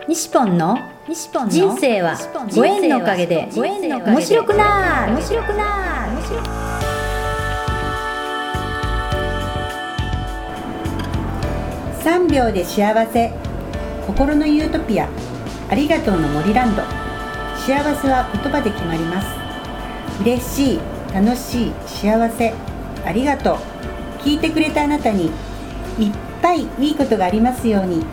西ポンの人生はご縁のおかげで面白くなる。 3秒で幸せ、心のユートピア、ありがとうの森ランド。幸せは言葉で決まります。嬉しい、楽しい、幸せ、ありがとう。聞いてくれたあなたにいっぱいいいことがありますように。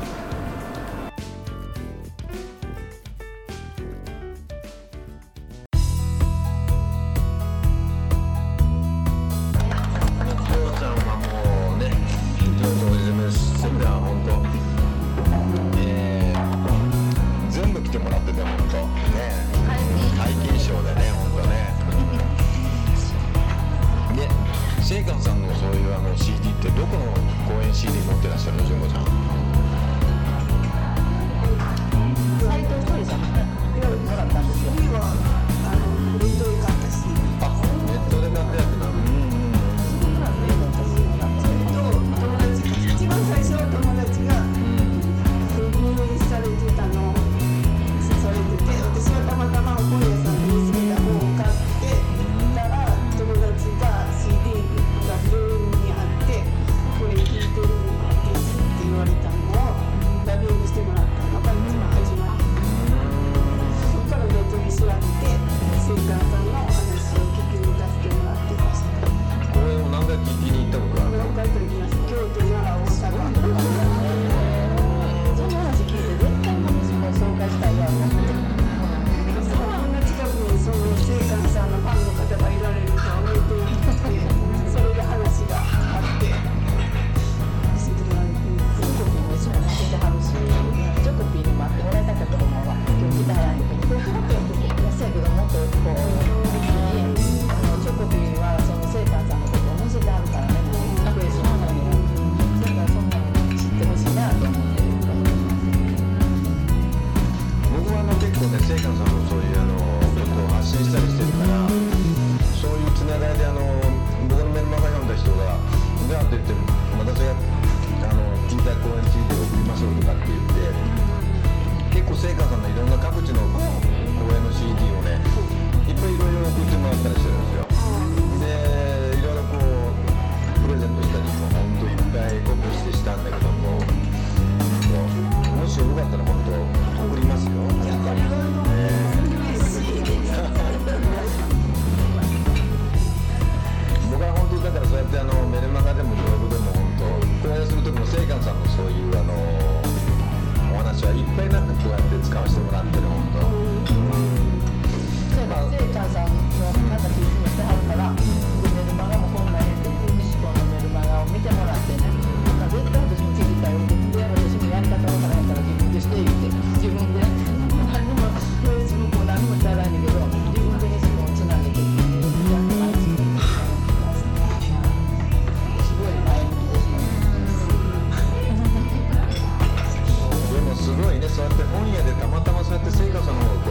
シェイカンさんのそういうCD ってどこの公演 CD 持ってらっしゃるの、純子ちゃん。 斉藤ひとりさんからもらったんですよ。次はネットで買ったし。 あ、ネットで買ったやつな。 友達、一番最初は友達が入院されてたのをされてて、私はたまたま本屋さんで見つけた本を買ってたら、友達が CD が病院にあって、これ聴いてるんですって言われたのをダビングしてもらったのが一番始まり。そこからネットに調べて、セイカーさんのお話を聞きに出してもらってました。 公演を何回聞きに行ったことあるの？ 何回か行きました。京都、奈良、大阪。その話聞いて絶対話も紹介したいわと思って。そんな近くにそのセイカーさんのファンの方がいられるとは思ってなくて、それで話があって。教えてもらって、チョコピーも一緒になってはるし、チョコピーにも会ってもらいたかったと思うわ。今日来たらんけど、安いけどもっとこう、チョコピーはそのセイカーさんのことを教えてはるからね。そうなのよ。だからそんなの知ってほしいなと思ってる。 僕は結構ね、セイカンさんのそういうことを発信したりしてるから、そういうつながりで僕のメルマガ読んだ人がじゃあって言って、私が聞いた公演 CD を送りましょうとかって言って、結構セイカンさんのいろんな各地の公演の CD をね、いっぱいいろいろ送ってもらったりしてるんですよ。で、いろいろこうプレゼントしたりも本当いっぱいコピーしてしたんだけども、もしよかったら本当送りますよ。僕は本当だからそうやってメルマガでもブログでも本当講演する時もセイカンさんのそういうお話はいっぱいなんかこうやって使わせてもらってる本当。 そういえばセイカーさんの話いつもしてはるから、メルマガもこんな変で西子のメルマガを見てもらってね、絶対私も聞いたよ。で、私もやり方わからへんから自分でして言って自分で何もフェイスブックも何もしてないんだけど、自分で西子をつなげてやってます。すごい前向きですね。 でもすごいね、そうやって本屋でたまたまそうやってセイカさんの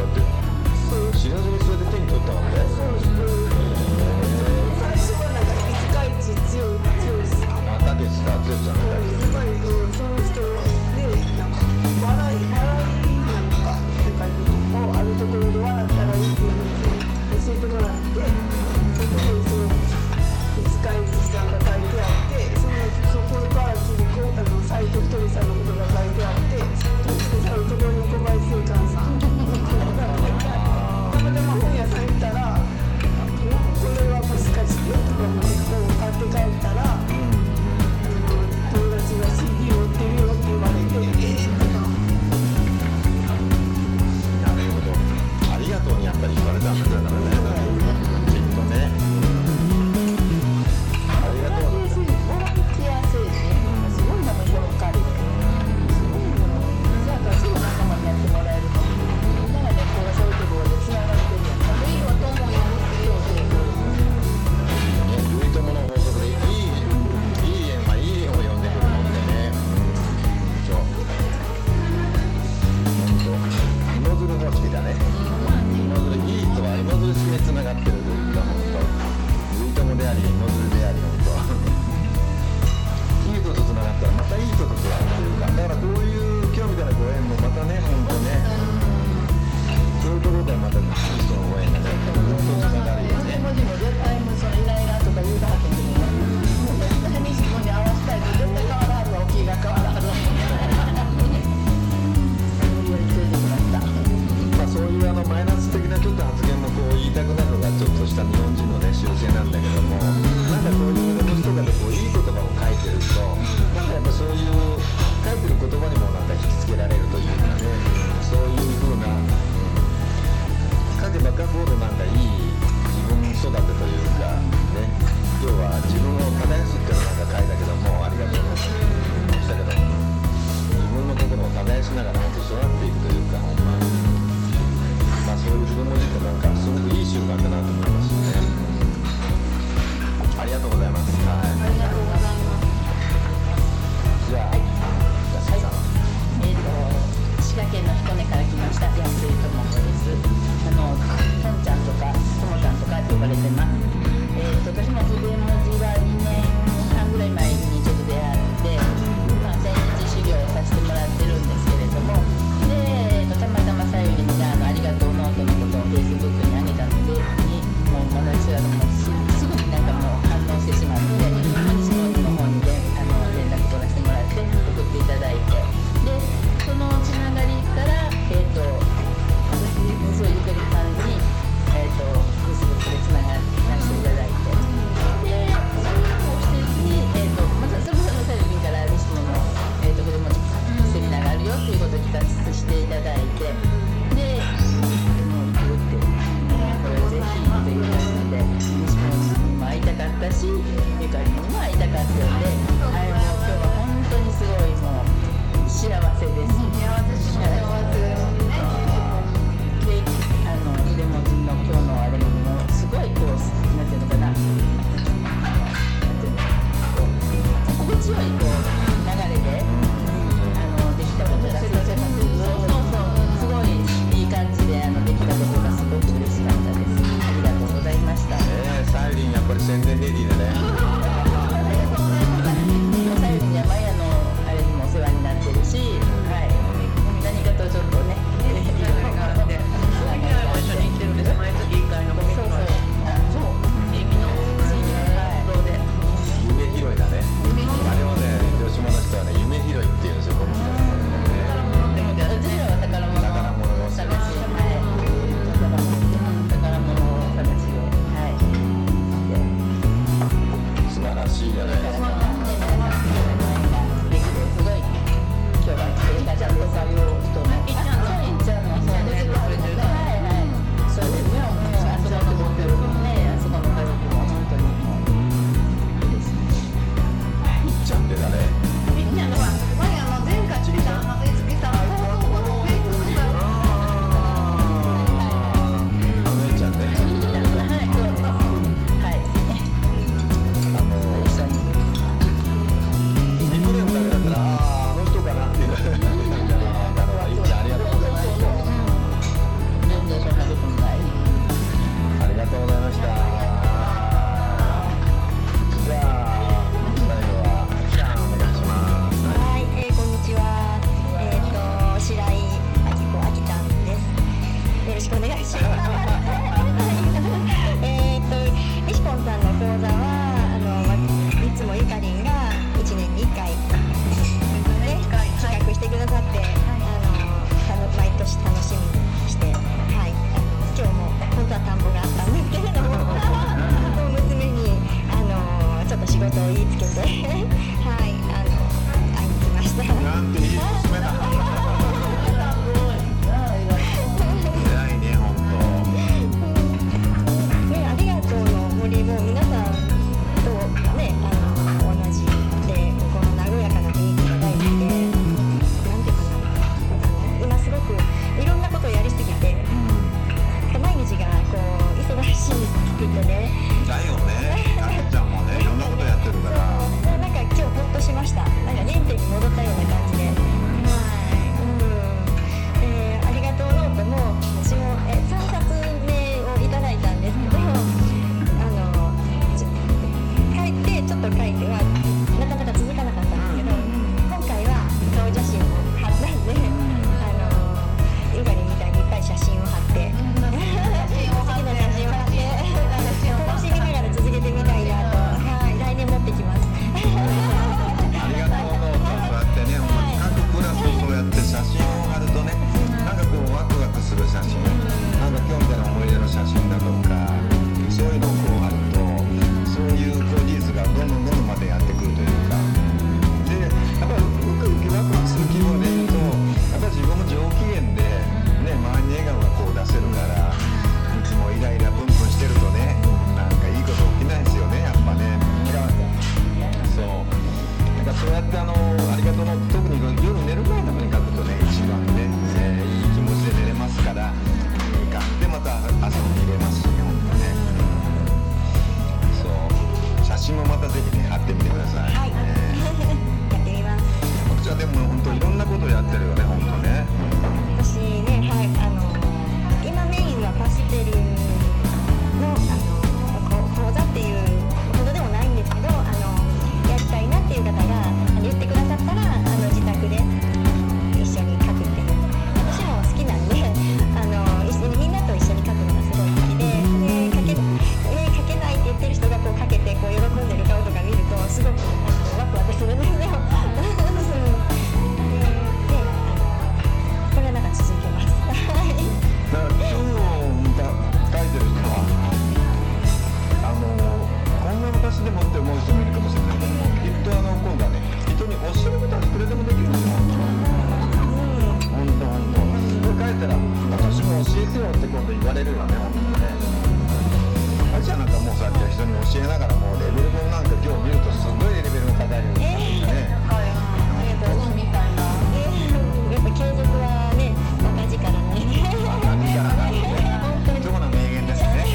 れるよね、本当にね。あじゃあなんかもうそうやって人に教えながらもうレベルもなんか今日見るとすごいレベルが高いよね。 みたいな。やっぱ継続はね、赤字からね。 赤字からなるね。今日の名言ですね。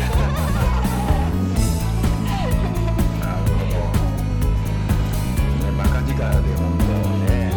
なるほど。ね、バカ力で本当ね。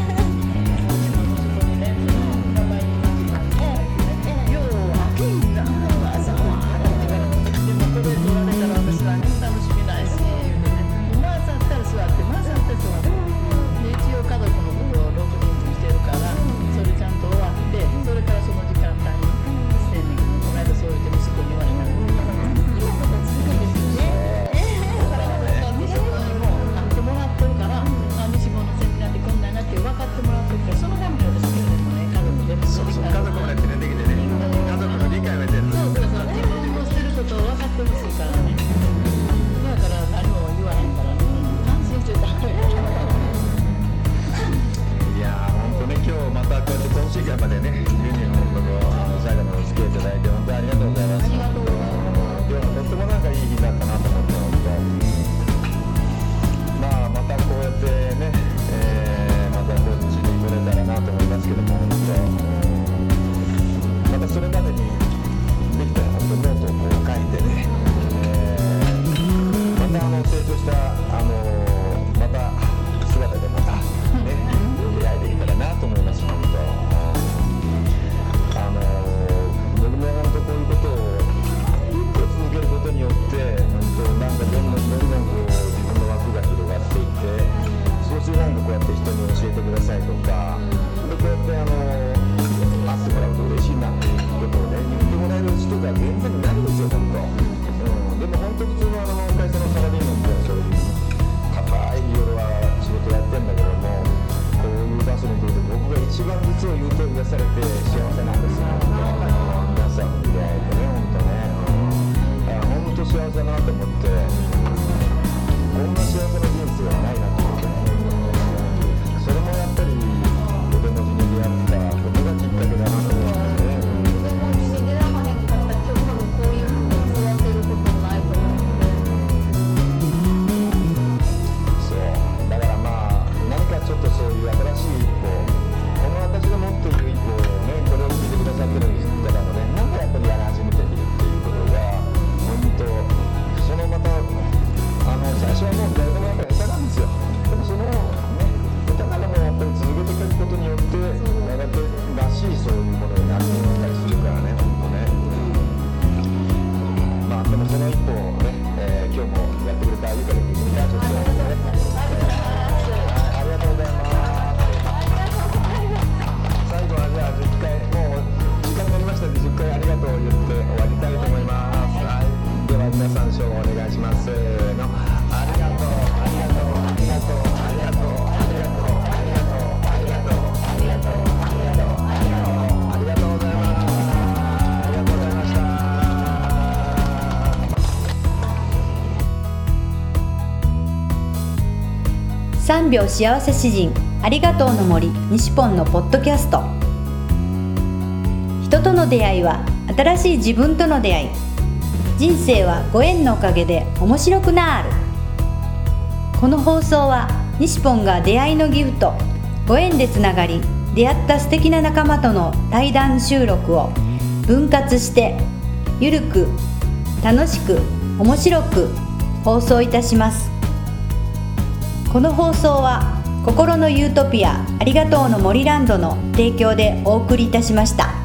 3秒幸せ詩人ありがとうの森西ポンのポッドキャスト。人との出会いは新しい自分との出会い。人生はご縁のおかげで面白くなる。この放送は西ポンが出会いのギフト、ご縁でつながり出会った素敵な仲間との対談収録を分割してゆるく楽しく面白く放送いたします。この放送は心のユートピアありがとうの森ランドの提供でお送りいたしました。